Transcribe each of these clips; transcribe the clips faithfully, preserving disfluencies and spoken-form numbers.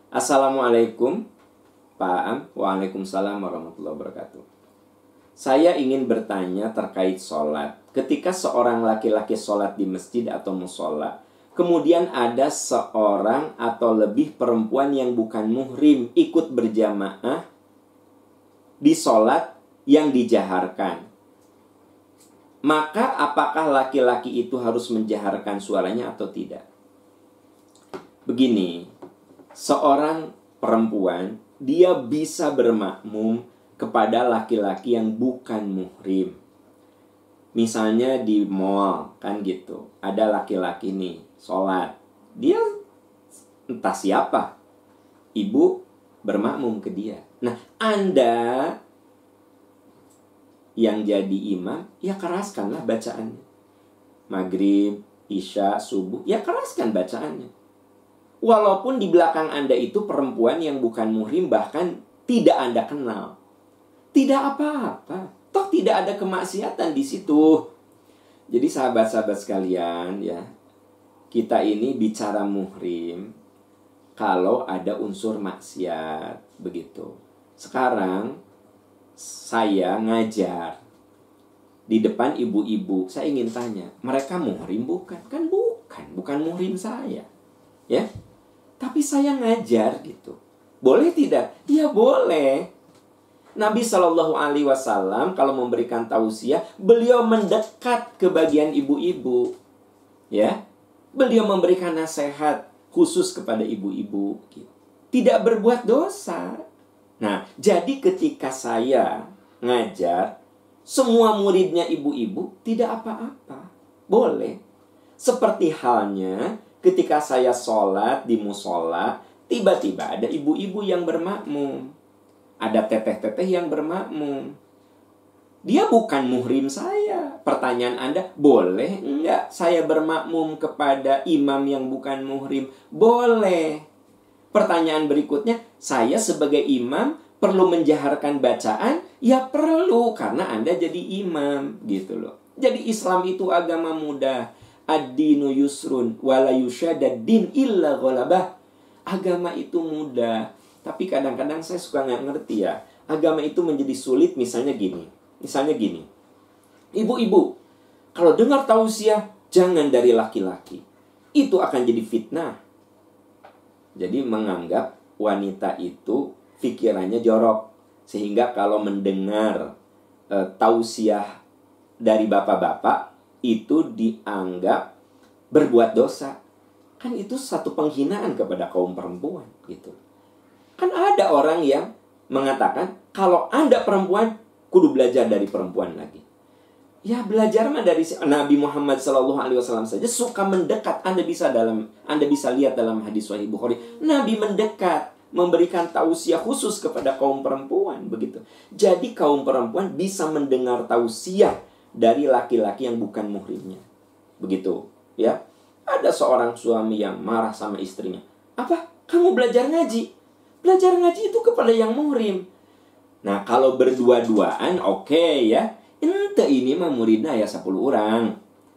Assalamualaikum, Pak Am. Waalaikumsalam warahmatullahi wabarakatuh. Saya ingin bertanya terkait sholat. Ketika seorang laki-laki sholat di masjid atau musola, kemudian ada seorang atau lebih perempuan yang bukan muhrim ikut berjamaah di sholat yang dijaharkan, maka apakah laki-laki itu harus menjaharkan suaranya atau tidak? Begini, seorang perempuan, dia bisa bermakmum kepada laki-laki yang bukan muhrim. Misalnya di mall, kan gitu. Ada laki-laki nih, sholat. Dia entah siapa. Ibu bermakmum ke dia. Nah, Anda yang jadi imam, ya keraskanlah bacaannya. Maghrib, isya, subuh, ya keraskan bacaannya. Walaupun di belakang Anda itu perempuan yang bukan muhrim, bahkan tidak Anda kenal. Tidak apa-apa. Toh tidak ada kemaksiatan di situ. Jadi sahabat-sahabat sekalian, ya, kita ini bicara muhrim kalau ada unsur maksiat, begitu. Sekarang saya ngajar di depan ibu-ibu, saya ingin tanya, mereka muhrim bukan? Kan bukan, bukan muhrim saya. Ya, tapi saya ngajar gitu. Boleh tidak? Ya boleh. Nabi shallallahu alaihi wasallam kalau memberikan tausiah, beliau mendekat ke bagian ibu-ibu. Ya, beliau memberikan nasihat khusus kepada ibu-ibu. Tidak berbuat dosa. Nah, jadi ketika saya ngajar, semua muridnya ibu-ibu, tidak apa-apa. Boleh. Seperti halnya ketika saya sholat di musola, tiba-tiba ada ibu-ibu yang bermakmum. Ada teteh-teteh yang bermakmum. Dia bukan muhrim saya. Pertanyaan Anda, boleh enggak saya bermakmum kepada imam yang bukan muhrim? Boleh. Pertanyaan berikutnya, saya sebagai imam perlu menjaharkan bacaan? Ya perlu, karena Anda jadi imam, gitu loh. Jadi Islam itu agama mudah. Ad-dinu yusrun wala yusyadad din illa ghalabah. Agama itu mudah. Tapi kadang-kadang saya suka nggak ngerti ya. Agama itu menjadi sulit misalnya gini. Misalnya gini. Ibu-ibu, kalau dengar tausiah, jangan dari laki-laki. Itu akan jadi fitnah. Jadi menganggap wanita itu pikirannya jorok. Sehingga kalau mendengar e, tausiah dari bapak-bapak, itu dianggap berbuat dosa. Kan itu satu penghinaan kepada kaum perempuan gitu. Kan ada orang yang mengatakan, kalau Anda perempuan, kudu belajar dari perempuan lagi. Ya belajar mah dari Nabi Muhammad shallallahu alaihi wasallam saja suka mendekat. Anda bisa dalam Anda bisa lihat dalam hadis Sahih Bukhari, Nabi mendekat, memberikan tausiah khusus kepada kaum perempuan, begitu. Jadi kaum perempuan bisa mendengar tausiah dari laki-laki yang bukan muhrimnya. Begitu, ya. Ada seorang suami yang marah sama istrinya. Apa? Kamu belajar ngaji? Belajar ngaji itu kepada yang muhrim. Nah, kalau berdua-duaan, oke okay, ya. Ente ini mah muridnya ya sepuluh orang.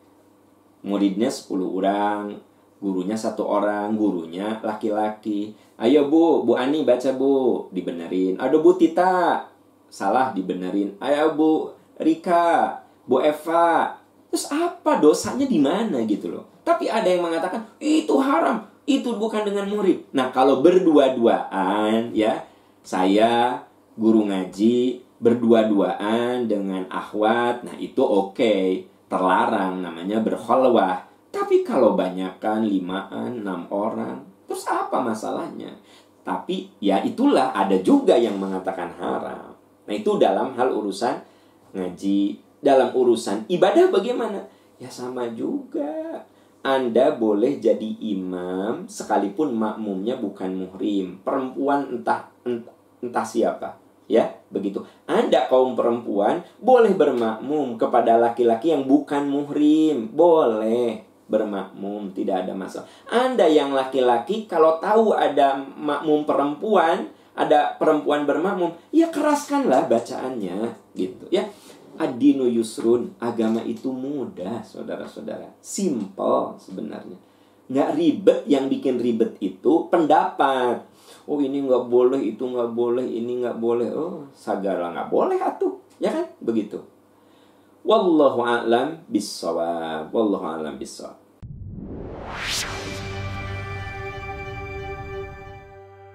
Muridnya sepuluh orang. Gurunya satu orang. Gurunya laki-laki. Ayo Bu, Bu Ani baca Bu. Dibenerin. Aduh Bu Tita. Salah dibenerin. Ayo Bu Rika. Bu Eva. Terus apa dosanya di mana gitu loh. Tapi ada yang mengatakan, itu haram. Itu bukan dengan murid. Nah, kalau berdua-duaan, ya, saya guru ngaji, berdua-duaan dengan akhwat, nah itu oke. Okay. Terlarang, namanya berkholwah. Tapi kalau banyakkan, limaan, enam orang, terus apa masalahnya? Tapi, ya itulah, ada juga yang mengatakan haram. Nah, itu dalam hal urusan ngaji. Dalam urusan ibadah bagaimana? Ya sama juga. Anda boleh jadi imam sekalipun makmumnya bukan muhrim. Perempuan entah, entah entah siapa, ya, begitu. Anda kaum perempuan boleh bermakmum kepada laki-laki yang bukan muhrim. Boleh bermakmum, tidak ada masalah. Anda yang laki-laki kalau tahu ada makmum perempuan, ada perempuan bermakmum, ya keraskanlah bacaannya, gitu, ya. Ad-dinu yusrun, agama itu mudah, saudara-saudara. Simple sebenarnya. Nggak ribet, yang bikin ribet itu pendapat. Oh ini nggak boleh, itu nggak boleh, ini nggak boleh. Oh segala nggak boleh atuh, ya kan? Begitu. Wallahu a'lam bissawab. Wallahu a'lam bissawab.